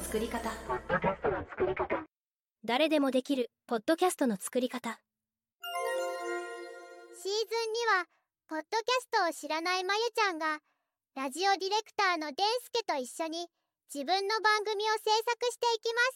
作り方。 誰でもできるポッドキャストの作り方。 シーズン2はポッドキャストを知らないまゆちゃんがラジオディレクターのでんすけと一緒に自分の番組を制作していきます。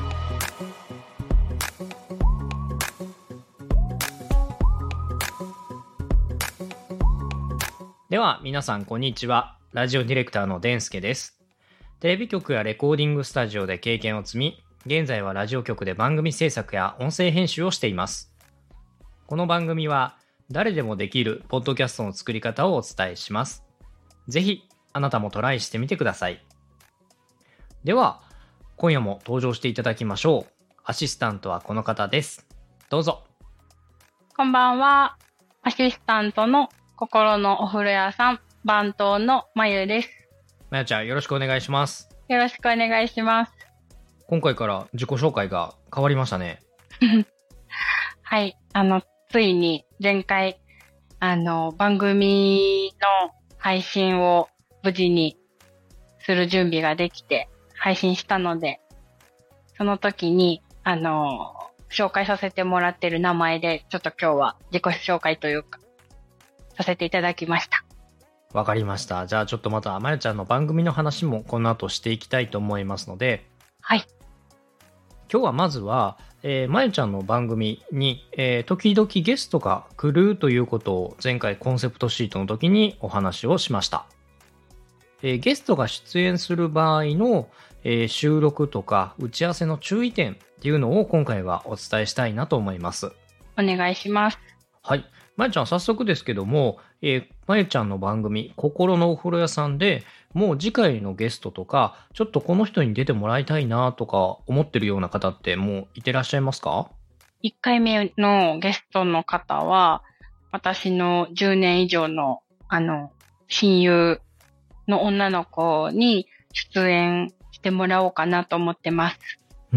では皆さんこんにちは。ラジオディレクターのでんすけです。テレビ局やレコーディングスタジオで経験を積み、現在はラジオ局で番組制作や音声編集をしています。この番組は誰でもできるポッドキャストの作り方をお伝えします。ぜひあなたもトライしてみてください。では今夜も登場していただきましょう。アシスタントはこの方です。どうぞ。 こんばんは。アシスタントの心のお風呂屋さん番頭のまゆです。 まゆちゃんよろしくお願いします。 よろしくお願いします。 今回から自己紹介が変わりましたね。 はい、ついに前回番組の配信を無事にする準備ができて配信したので、その時に紹介させてもらってる名前でちょっと今日は自己紹介というかさせていただきました。 わかりました。じゃあちょっとまたまゆちゃんの番組の話もこの後していきたいと思いますので、 はい。 今日はまずは、まゆちゃんの番組に、時々ゲストが来るということを前回コンセプトシートの時にお話をしました。ゲストが出演する場合の、収録とか打ち合わせの注意点っていうのを今回はお伝えしたいなと思います。 お願いします。 はい。まゆちゃん早速ですけども、まゆちゃんの番組心のお風呂屋さんでもう次回のゲストとかちょっとこの人に出てもらいたいなとか思ってるような方ってもういてらっしゃいますか ？1回目のゲストの方は私の10年以上の親友の女の子に出演してもらおうかなと思ってます。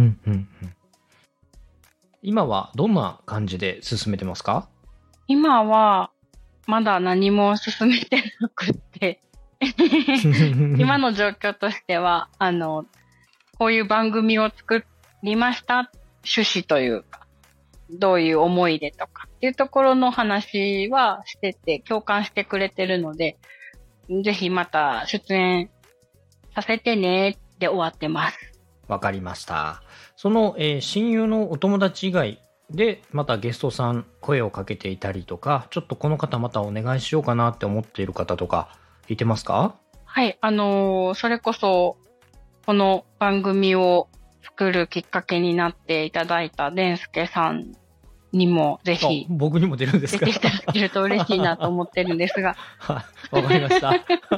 今はどんな感じで進めてますか？ 今はまだ何も進めてなくって今の状況としてはこういう番組を作りました趣旨というかどういう思いでとかっていうところの話はしてて共感してくれてるので、ぜひまた出演させてねで終わってます。 わかりました。その、親友のお友達以外でまたゲストさん声をかけていたりとか、ちょっとこの方またお願いしようかなって思っている方とかいてますか？ はい、それこそこの番組を作るきっかけになっていただいたでんすけさんにもぜひ僕にも出るんですか？ 出ていただけると嬉しいなと思ってるんですがはい、わかりました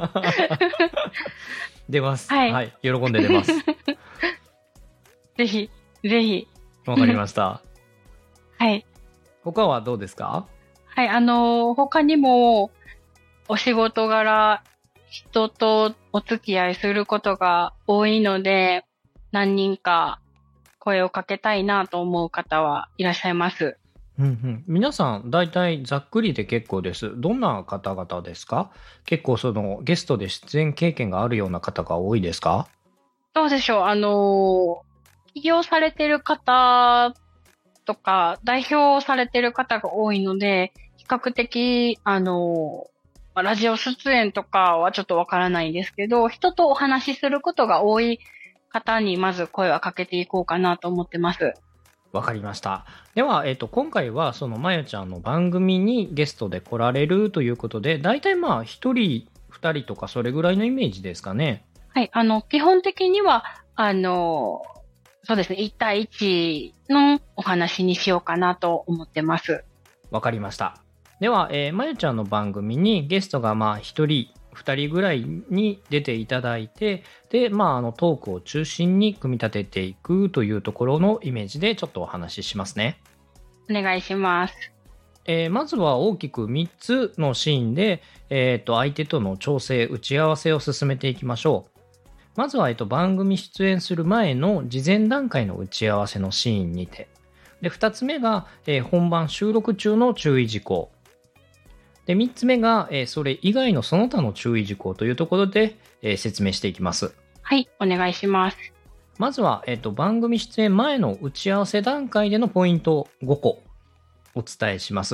出ます、 はい、 はい、喜んで出ますぜひぜひわかりましたはい。 他はどうですか？ はい、他にもお仕事柄人とお付き合いすることが多いので、何人か声をかけたいなと思う方はいらっしゃいます。 皆さん大体ざっくりで結構です。どんな方々ですか？結構そのゲストで出演経験があるような方が多いですか？ どうでしょう。起業されてる方とか代表されてる方が多いので、比較的ラジオ出演とかはちょっとわからないんですけど、人とお話しすることが多い方にまず声はかけていこうかなと思ってます。 わかりました。では、今回はそのまゆちゃんの番組にゲストで来られるということで、だいたいまあ1人2人とかそれぐらいのイメージですかね。 はい、基本的にはそうですね、1対1のお話にしようかなと思ってます。 わかりました。では、まゆちゃんの番組にゲストがまあ1人2人ぐらいに出ていただいて、で、トークを中心に組み立てていくというところのイメージでちょっとお話ししますね。 お願いします。 まずは大きく3つのシーンで、相手との調整、打ち合わせを進めていきましょう。まずは、番組出演する前の事前段階の打ち合わせのシーンにて、で2つ目が、本番収録中の注意事項で、3つ目が、それ以外のその他の注意事項というところで、説明していきます。 はい、お願いします。 まずは、番組出演前の打ち合わせ段階でのポイントを5個お伝えします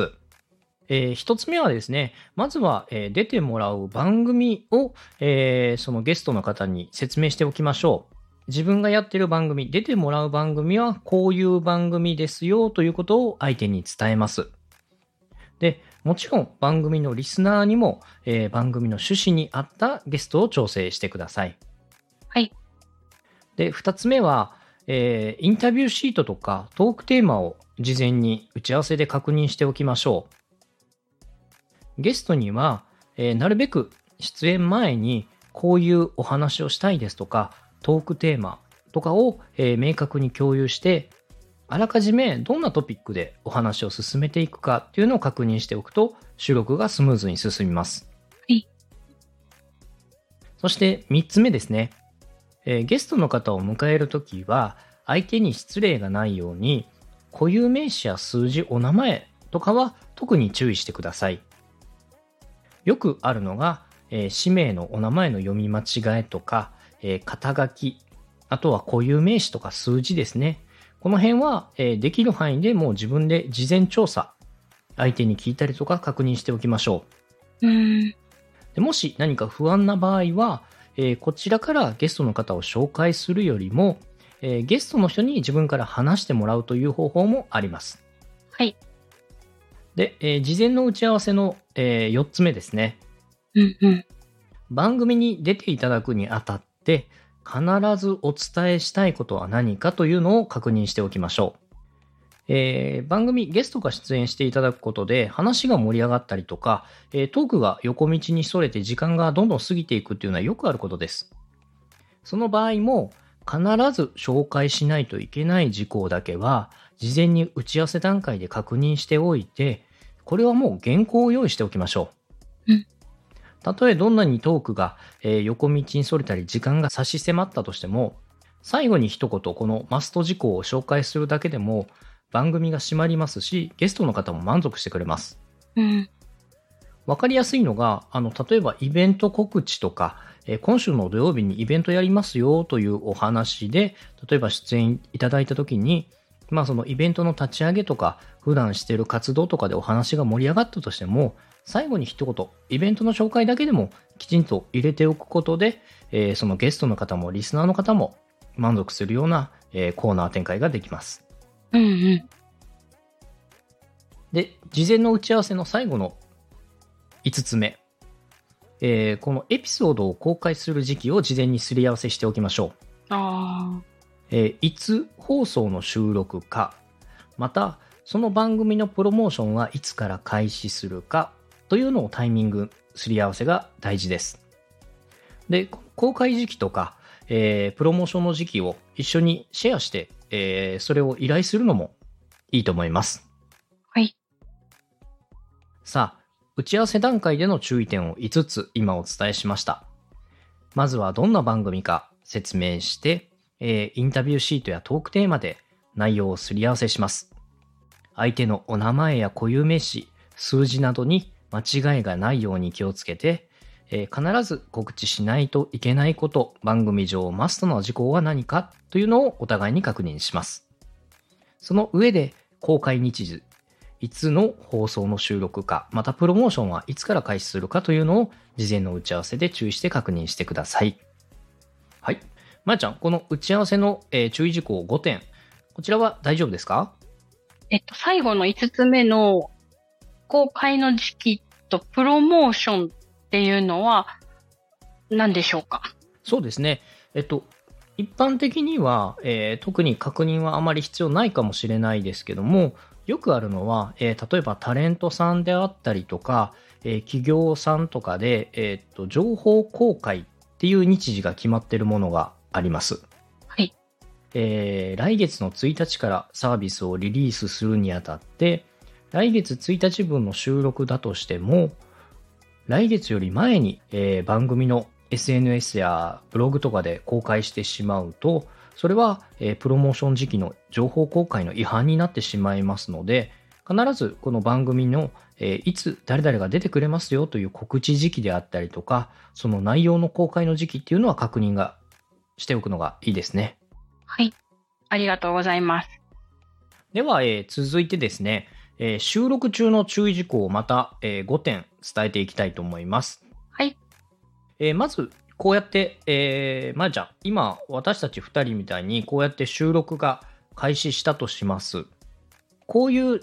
。1つ目はですね、まずは、出てもらう番組を、そのゲストの方に説明しておきましょう。自分がやってる番組、出てもらう番組はこういう番組ですよということを相手に伝えます。で、もちろん番組のリスナーにも、番組の趣旨に合ったゲストを調整してください。 はい。 で、2つ目は、インタビューシートとかトークテーマを事前に打ち合わせで確認しておきましょう。ゲストには、なるべく出演前にこういうお話をしたいですとか、トークテーマとかを、明確に共有して、あらかじめどんなトピックでお話を進めていくかっていうのを確認しておくと、収録がスムーズに進みます。 はい。 そして3つ目ですね。ゲストの方を迎えるときは、相手に失礼がないように、固有名詞や数字、お名前とかは特に注意してください。よくあるのが、氏名のお名前の読み間違えとか、肩書き、あとは固有名詞とか数字ですね。この辺は、できる範囲でもう自分で事前調査、相手に聞いたりとか確認しておきましょう。でもし何か不安な場合は、こちらからゲストの方を紹介するよりも、ゲストの人に自分から話してもらうという方法もあります。 はい。 で、事前の打ち合わせの、4つ目ですね。番組に出ていただくにあたって必ずお伝えしたいことは何かというのを確認しておきましょう。番組ゲストが出演していただくことで話が盛り上がったりとか、トークが横道にそれて時間がどんどん過ぎていくっていうのはよくあることです。その場合も必ず紹介しないといけない事項だけは事前に打ち合わせ段階で確認しておいて、これはもう原稿を用意しておきましょう。たとえどんなにトークが、横道にそれたり時間が差し迫ったとしても、最後に一言このマスト事項を紹介するだけでも番組が締まりますし、ゲストの方も満足してくれます。わかりやすいのが、例えばイベント告知とか、今週の土曜日にイベントやりますよというお話で、例えば出演いただいたときに、そのイベントの立ち上げとか、普段している活動とかでお話が盛り上がったとしても、最後に一言、イベントの紹介だけでもきちんと入れておくことで、そのゲストの方もリスナーの方も満足するような、コーナー展開ができます。で、事前の打ち合わせの最後の5つ目。このエピソードを公開する時期を事前にすり合わせしておきましょう。いつ放送の収録か、またその番組のプロモーションはいつから開始するかというのをタイミングすり合わせが大事です。で、公開時期とか、プロモーションの時期を一緒にシェアして、それを依頼するのもいいと思います。 はい。 さあ、打ち合わせ段階での注意点を5つ今お伝えしました。まずはどんな番組か説明して、インタビューシートやトークテーマで内容をすり合わせします。相手のお名前や固有名詞、数字などに間違いがないように気をつけて、必ず告知しないといけないこと、番組上マストな事項は何かというのをお互いに確認します。その上で公開日時、いつの放送の収録か、またプロモーションはいつから開始するかというのを事前の打ち合わせで注意して確認してください。はい。まやちゃん、この打ち合わせの、注意事項5点、こちらは大丈夫ですか？ 最後の5つ目の公開の時期とプロモーションっていうのは何でしょうか？ そうですね。一般的には、特に確認はあまり必要ないかもしれないですけども、よくあるのは、例えばタレントさんであったりとか、企業さんとかで、情報公開っていう日時が決まっているものがあります。 はい。 来月の1日からサービスをリリースするにあたって、来月1日分の収録だとしても、来月より前に、番組の SNS やブログとかで公開してしまうと、それは、プロモーション時期の情報公開の違反になってしまいますので、必ずこの番組の、いつ誰々が出てくれますよという告知時期であったりとか、その内容の公開の時期っていうのは確認がしておくのがいいですね。 はい。ありがとうございます。 では、続いてですね、収録中の注意事項をまた、5点伝えていきたいと思います。 はい。 まず、こうやって、まゆちゃん、今、私たち2人みたいに、こうやって収録が開始したとします。こういう、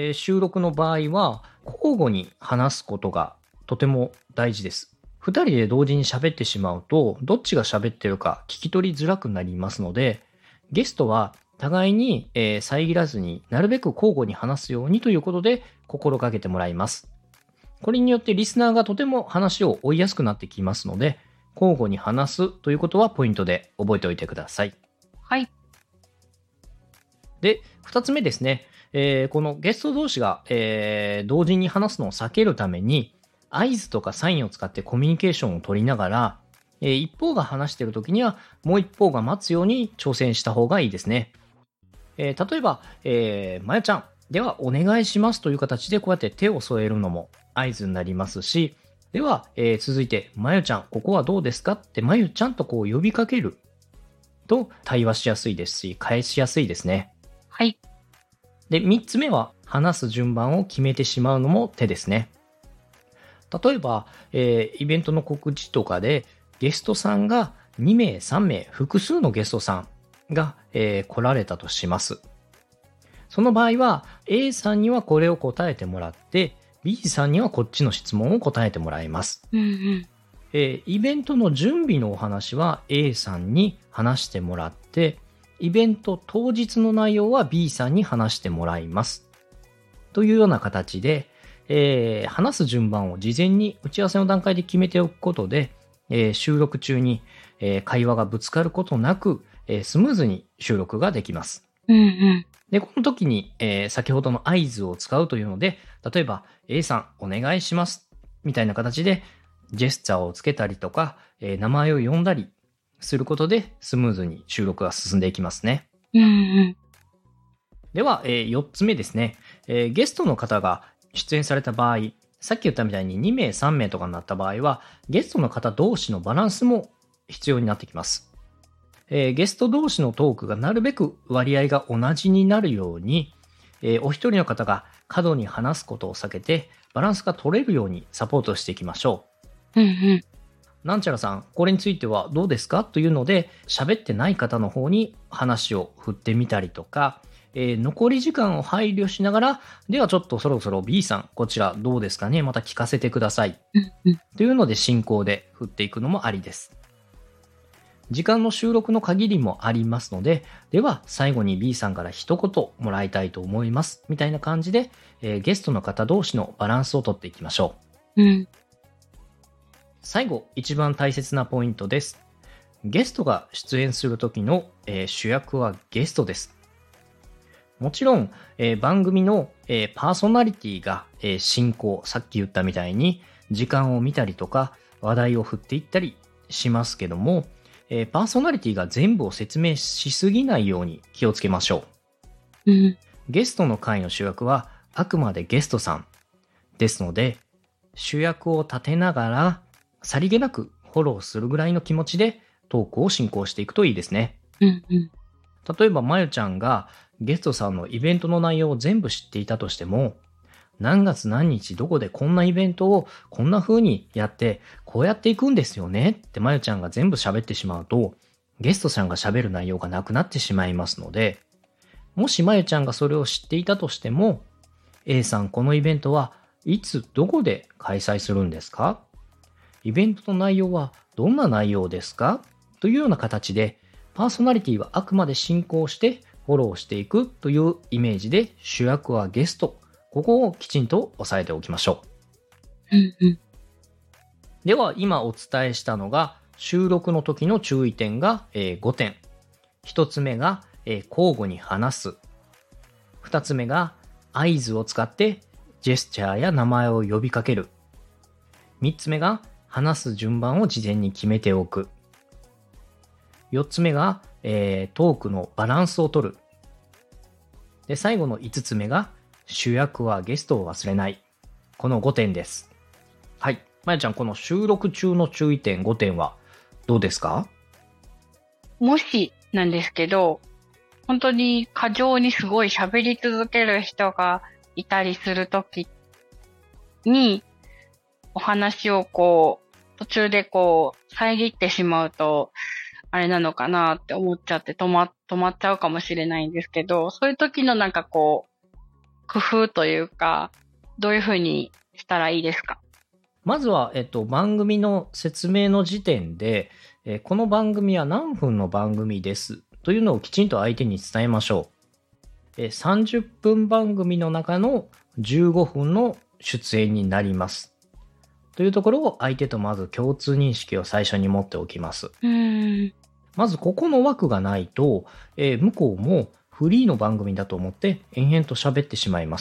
収録の場合は、交互に話すことがとても大事です。2人で同時に喋ってしまうと、どっちが喋ってるか聞き取りづらくなりますので、ゲストは互いに、遮らずになるべく交互に話すようにということで心がけてもらいます。これによってリスナーがとても話を追いやすくなってきますので、交互に話すということはポイントで覚えておいてください。 はい。 で、2つ目ですね。このゲスト同士が、同時に話すのを避けるために、合図とかサインを使ってコミュニケーションを取りながら、一方が話しているときにはもう一方が待つように挑戦した方がいいですね。例えば、まゆちゃん、ではお願いしますという形でこうやって手を添えるのも合図になりますし、では、続いて、まゆちゃん、ここはどうですかってまゆちゃんとこう呼びかけると対話しやすいですし、返しやすいですね。 はい。 で、3つ目は話す順番を決めてしまうのも手ですね。例えば、イベントの告知とかでゲストさんが2名、3名、複数のゲストさんが、来られたとします。その場合は A さんにはこれを答えてもらって、B さんにはこっちの質問を答えてもらいます。 うんうん。 イベントの準備のお話は A さんに話してもらって、イベント当日の内容は B さんに話してもらいます。というような形で、話す順番を事前に打ち合わせの段階で決めておくことで、収録中に、会話がぶつかることなく、スムーズに収録ができます。 うんうん。 で、この時に、先ほどの合図を使うというので、例えば A さんお願いしますみたいな形でジェスチャーをつけたりとか、名前を呼んだりすることでスムーズに収録が進んでいきますね。 うんうん。 では、4つ目ですね、ゲストの方が出演された場合、さっき言ったみたいに2名3名とかになった場合は、ゲストの方同士のバランスも必要になってきます。ゲスト同士のトークがなるべく割合が同じになるように、お一人の方が過度に話すことを避けてバランスが取れるようにサポートしていきましょうんうん。 なんちゃらさん、これについてはどうですかというので、喋ってない方の方に話を振ってみたりとか、残り時間を配慮しながら、ではちょっとそろそろ B さん、こちらどうですかね、また聞かせてください。 うんうん。 というので進行で振っていくのもありです。時間の収録の限りもありますので、では最後に B さんから一言もらいたいと思います。みたいな感じで、ゲストの方同士のバランスをとっていきましょうん。 最後、一番大切なポイントです。ゲストが出演する時の、主役はゲストです。もちろん、番組の、パーソナリティが、進行、さっき言ったみたいに時間を見たりとか話題を振っていったりしますけども、パーソナリティが全部を説明しすぎないように気をつけましょうん。 う。ゲストの回の主役はあくまでゲストさんですので、主役を立てながらさりげなくフォローするぐらいの気持ちでトークを進行していくといいですね。 うんうん。 例えばまゆちゃんがゲストさんのイベントの内容を全部知っていたとしても、何月何日どこでこんなイベントをこんな風にやってこうやっていくんですよねってまゆちゃんが全部喋ってしまうと、ゲストさんが喋る内容がなくなってしまいますので、もしまゆちゃんがそれを知っていたとしても、 A さんこのイベントはいつどこで開催するんですか、イベントの内容はどんな内容ですかというような形で、パーソナリティはあくまで進行してフォローしていくというイメージで、主役はゲスト、ここをきちんと押さえておきましょうんうん。 う。では今お伝えしたのが収録の時の注意点が5点。1つ目が交互に話す。2つ目が合図を使ってジェスチャーや名前を呼びかける。3つ目が話す順番を事前に決めておく。4つ目が、トークのバランスを取る。で、最後の5つ目が主役はゲストを忘れない。この5点です。はい。まゆちゃん、この収録中の注意点5点はどうですか？ もしなんですけど、本当に過剰にすごい喋り続ける人がいたりするときに、お話を途中で遮ってしまうと、あれなのかなって思っちゃって止まっちゃうかもしれないんですけど、そういう時の工夫というか、どういうふうにしたらいいですか？ まずは、番組の説明の時点で、この番組は何分の番組ですというのをきちんと相手に伝えましょう。30分番組の中の15分の出演になります。というところを相手とまず共通認識を最初に持っておきます。まずここの枠がないと、向こうもフリーの番組だと思って延々と喋ってしまいます。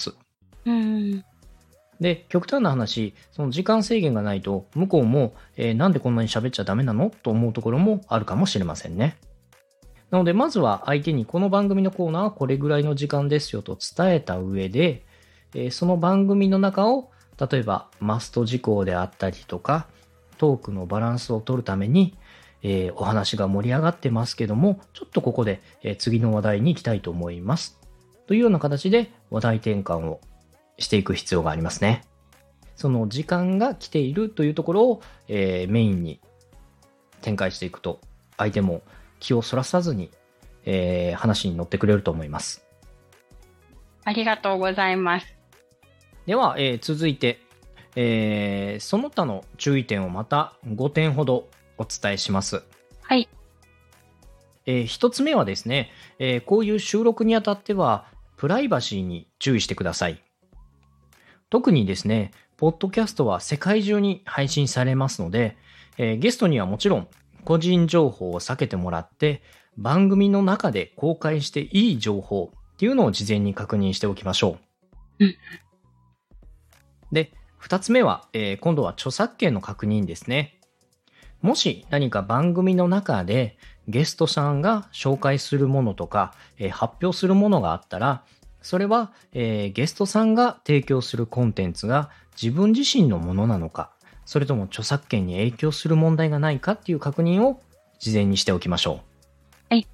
で、極端な話、その時間制限がないと向こうも、なんでこんなに喋っちゃダメなのと思うところもあるかもしれませんね。なのでまずは相手にこの番組のコーナーはこれぐらいの時間ですよと伝えた上で、その番組の中を例えばマスト事項であったりとかトークのバランスを取るために、お話が盛り上がってますけども、ちょっとここで、次の話題に行きたいと思いますというような形で話題転換をしていく必要がありますね。その時間が来ているというところを、メインに展開していくと相手も気をそらさずに、話に乗ってくれると思います。 ありがとうございます。 では、続いて、その他の注意点をまた5点ほどお伝えします。 はい。 1つ目はですね、こういう収録にあたってはプライバシーに注意してください。特にですね、ポッドキャストは世界中に配信されますので、ゲストにはもちろん個人情報を避けてもらって番組の中で公開していい情報っていうのを事前に確認しておきましょう。で、2つ目は、今度は著作権の確認ですね。もし何か番組の中でゲストさんが紹介するものとか、発表するものがあったら、それは、ゲストさんが提供するコンテンツが自分自身のものなのか、それとも著作権に影響する問題がないかっていう確認を事前にしておきましょう。 はい。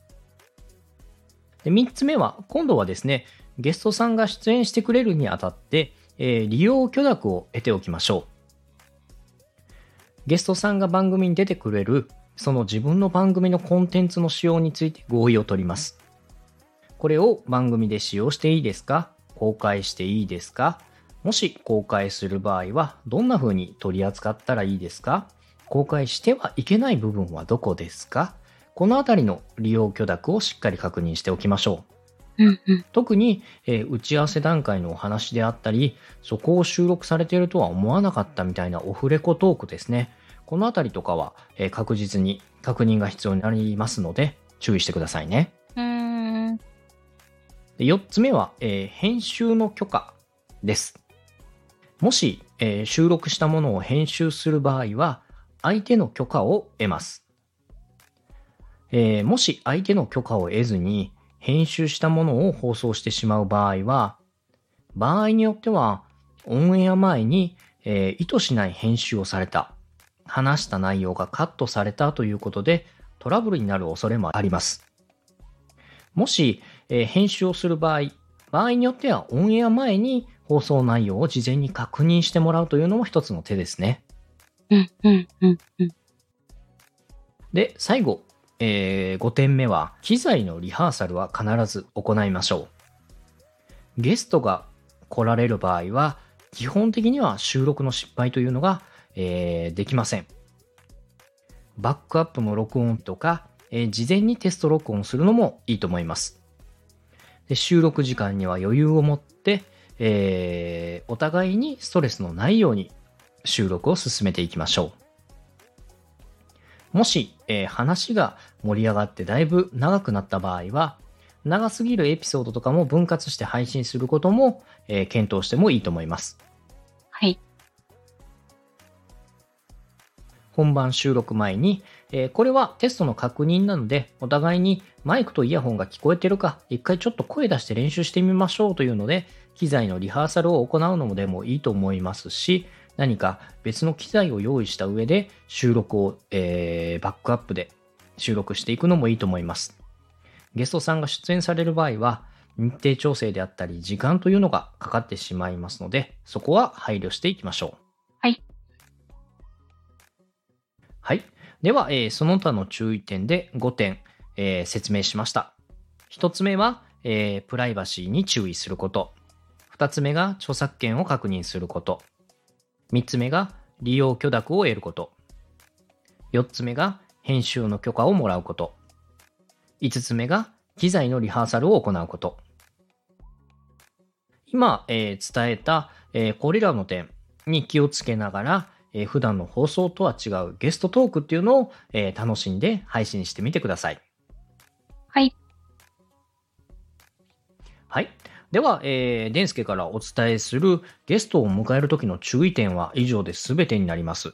で、3つ目は、今度はですね、ゲストさんが出演してくれるにあたって、利用許諾を得ておきましょう。ゲストさんが番組に出てくれる、その自分の番組のコンテンツの使用について合意を取ります。これを番組で使用していいですか？公開していいですか？もし公開する場合はどんな風に取り扱ったらいいですか？公開してはいけない部分はどこですか？このあたりの利用許諾をしっかり確認しておきましょう。特に、打ち合わせ段階のお話であったり、そこを収録されているとは思わなかったみたいなオフレコトークですね。このあたりとかは、確実に確認が必要になりますので注意してくださいね。で、4つ目は、編集の許可です。もし、収録したものを編集する場合は相手の許可を得ます。もし相手の許可を得ずに編集したものを放送してしまう場合は、場合によってはオンエア前に、意図しない編集をされた、話した内容がカットされたということでトラブルになる恐れもあります。もし、編集をする場合によってはオンエア前に放送内容を事前に確認してもらうというのも一つの手ですね。で、最後、5点目は機材のリハーサルは必ず行いましょう。ゲストが来られる場合は基本的には収録の失敗というのが、できません。バックアップの録音とか、事前にテスト録音するのもいいと思います。で、収録時間には余裕を持って、お互いにストレスのないように収録を進めていきましょう。もし、話が盛り上がってだいぶ長くなった場合は、長すぎるエピソードとかも分割して配信することも、検討してもいいと思います。 はい。 本番収録前に、これはテストの確認なので、お互いにマイクとイヤホンが聞こえてるか、一回ちょっと声出して練習してみましょうというので、機材のリハーサルを行うのでもいいと思いますし、何か別の機材を用意した上で収録を、バックアップで収録していくのもいいと思います。ゲストさんが出演される場合は、日程調整であったり時間というのがかかってしまいますので、そこは配慮していきましょう。 はい。 はい。では、その他の注意点で5点、説明しました。1つ目は、プライバシーに注意すること。2つ目が著作権を確認すること。3つ目が利用許諾を得ること。4つ目が編集の許可をもらうこと。5つ目が機材のリハーサルを行うこと。今、伝えた、これらの点に気をつけながら、普段の放送とは違うゲストトークっていうのを、楽しんで配信してみてください。 はい。 はい。では、デンスケからお伝えするゲストを迎える時の注意点は以上で全てになります。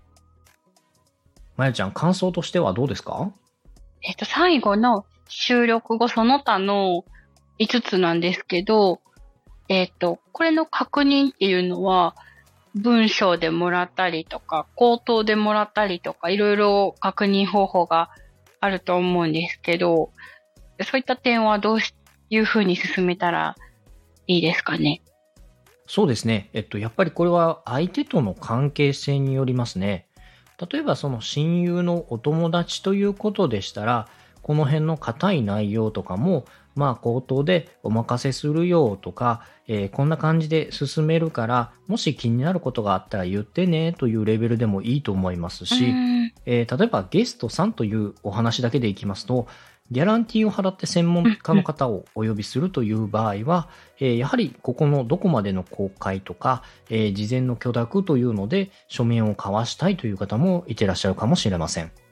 まゆちゃん、感想としてはどうですか？ 最後の収録後その他の5つなんですけど、これの確認っていうのは、文章でもらったりとか、口頭でもらったりとか、いろいろ確認方法があると思うんですけど、そういった点はどういうふうに進めたらいいですかね？ そうですね。やっぱりこれは相手との関係性によりますね。例えばその親友のお友達ということでしたら、この辺の硬い内容とかも、口頭でお任せするよとか、こんな感じで進めるから、もし気になることがあったら言ってねというレベルでもいいと思いますし、例えばゲストさんというお話だけでいきますと、ギャランティーを払って専門家の方をお呼びするという場合は、やはりここのどこまでの公開とか、事前の許諾というので書面を交わしたいという方もいてらっしゃるかもしれません。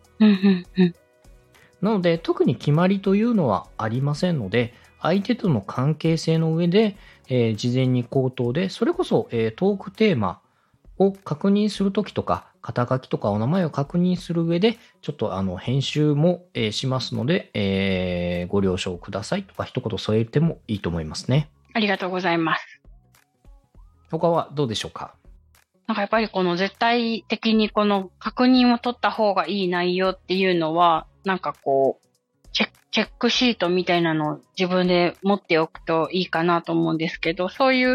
なので特に決まりというのはありませんので、相手との関係性の上で、事前に口頭でそれこそ、トークテーマを確認するときとか、肩書きとかお名前を確認する上で、ちょっと編集も、しますので、ご了承くださいとか一言添えてもいいと思いますね。 ありがとうございます。 他はどうでしょうか？ なんかやっぱりこの絶対的にこの確認を取った方がいい内容っていうのは、なんかこう、チェックシートみたいなのを自分で持っておくといいかなと思うんですけど、そういう、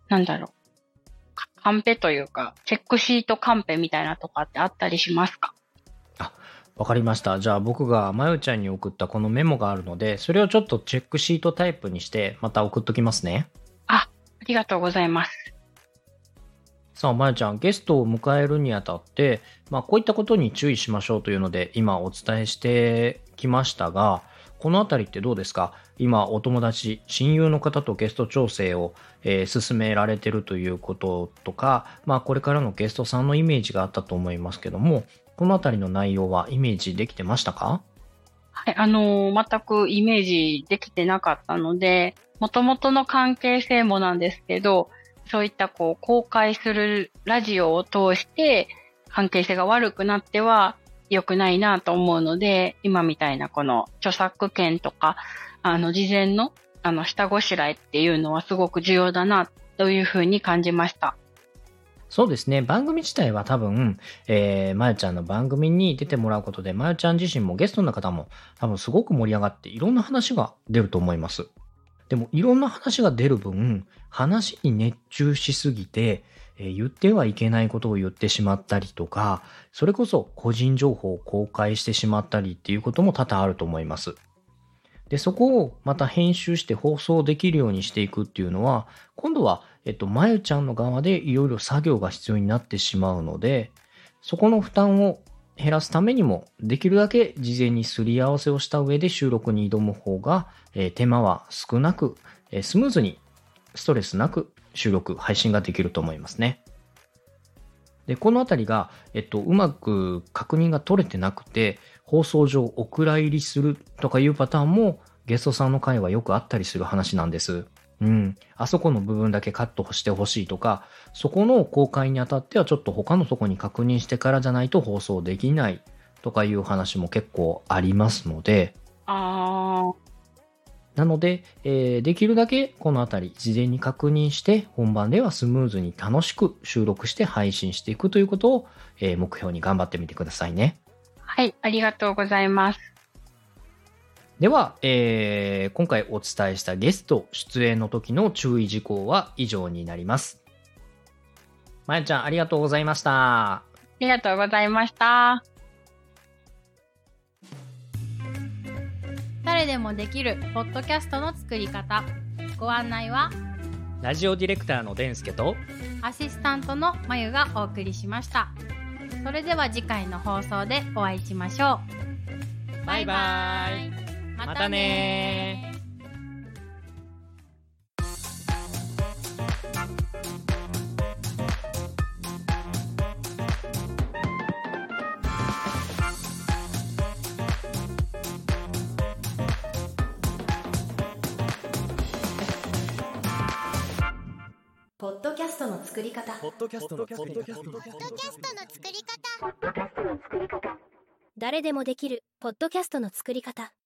カンペというか、チェックシートカンペみたいなとかってあったりしますか？ わかりました。じゃあ僕がまゆちゃんに送ったこのメモがあるので、それをちょっとチェックシートタイプにして、また送っときますね。 ありがとうございます。 さあ、まゆちゃん、ゲストを迎えるにあたって、こういったことに注意しましょうというので、今お伝えしてきましたが、このあたりってどうですか？今、お友達、親友の方とゲスト調整を、進められてるということとか、これからのゲストさんのイメージがあったと思いますけども、このあたりの内容はイメージできてましたか？ はい、全くイメージできてなかったので、元々の関係性もなんですけど、そういったこう公開するラジオを通して関係性が悪くなっては良くないなと思うので、今みたいなこの著作権とか、事前の下ごしらえっていうのはすごく重要だなというふうに感じました。 そうですね。番組自体は多分、まゆちゃんの番組に出てもらうことで、まゆちゃん自身もゲストの方も多分すごく盛り上がっていろんな話が出ると思います。でもいろんな話が出る分、話に熱中しすぎて、言ってはいけないことを言ってしまったりとか、それこそ個人情報を公開してしまったりっていうことも多々あると思います。で、そこをまた編集して放送できるようにしていくっていうのは、今度は、まゆちゃんの側でいろいろ作業が必要になってしまうので、そこの負担を減らすためにも、できるだけ事前にすり合わせをした上で収録に挑む方が、手間は少なく、スムーズにストレスなく収録、配信ができると思いますね。で、このあたりが、うまく確認が取れてなくて、放送上お蔵入りするとかいうパターンもゲストさんの回はよくあったりする話なんです。あそこの部分だけカットしてほしいとか、そこの公開にあたってはちょっと他のとこに確認してからじゃないと放送できないとかいう話も結構ありますので、なので、できるだけこのあたり事前に確認して本番ではスムーズに楽しく収録して配信していくということを、目標に頑張ってみてくださいね。 はい、ありがとうございます。 では、今回お伝えしたゲスト出演の時の注意事項は以上になります。まやちゃん、ありがとうございました。 ありがとうございました。 誰でもできるポッドキャストの作り方。ご案内はラジオディレクターのでんすけとアシスタントのまゆがお送りしました。それでは次回の放送でお会いしましょう。 バイバイ。またね。 ポッドキャストの作り方。誰でもできるポッドキャストの作り方。